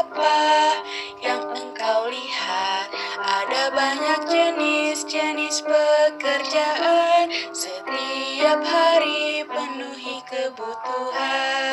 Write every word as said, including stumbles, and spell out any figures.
apa yang engkau lihat? Ada banyak jenis-jenis pekerjaan, setiap hari penuhi kebutuhan.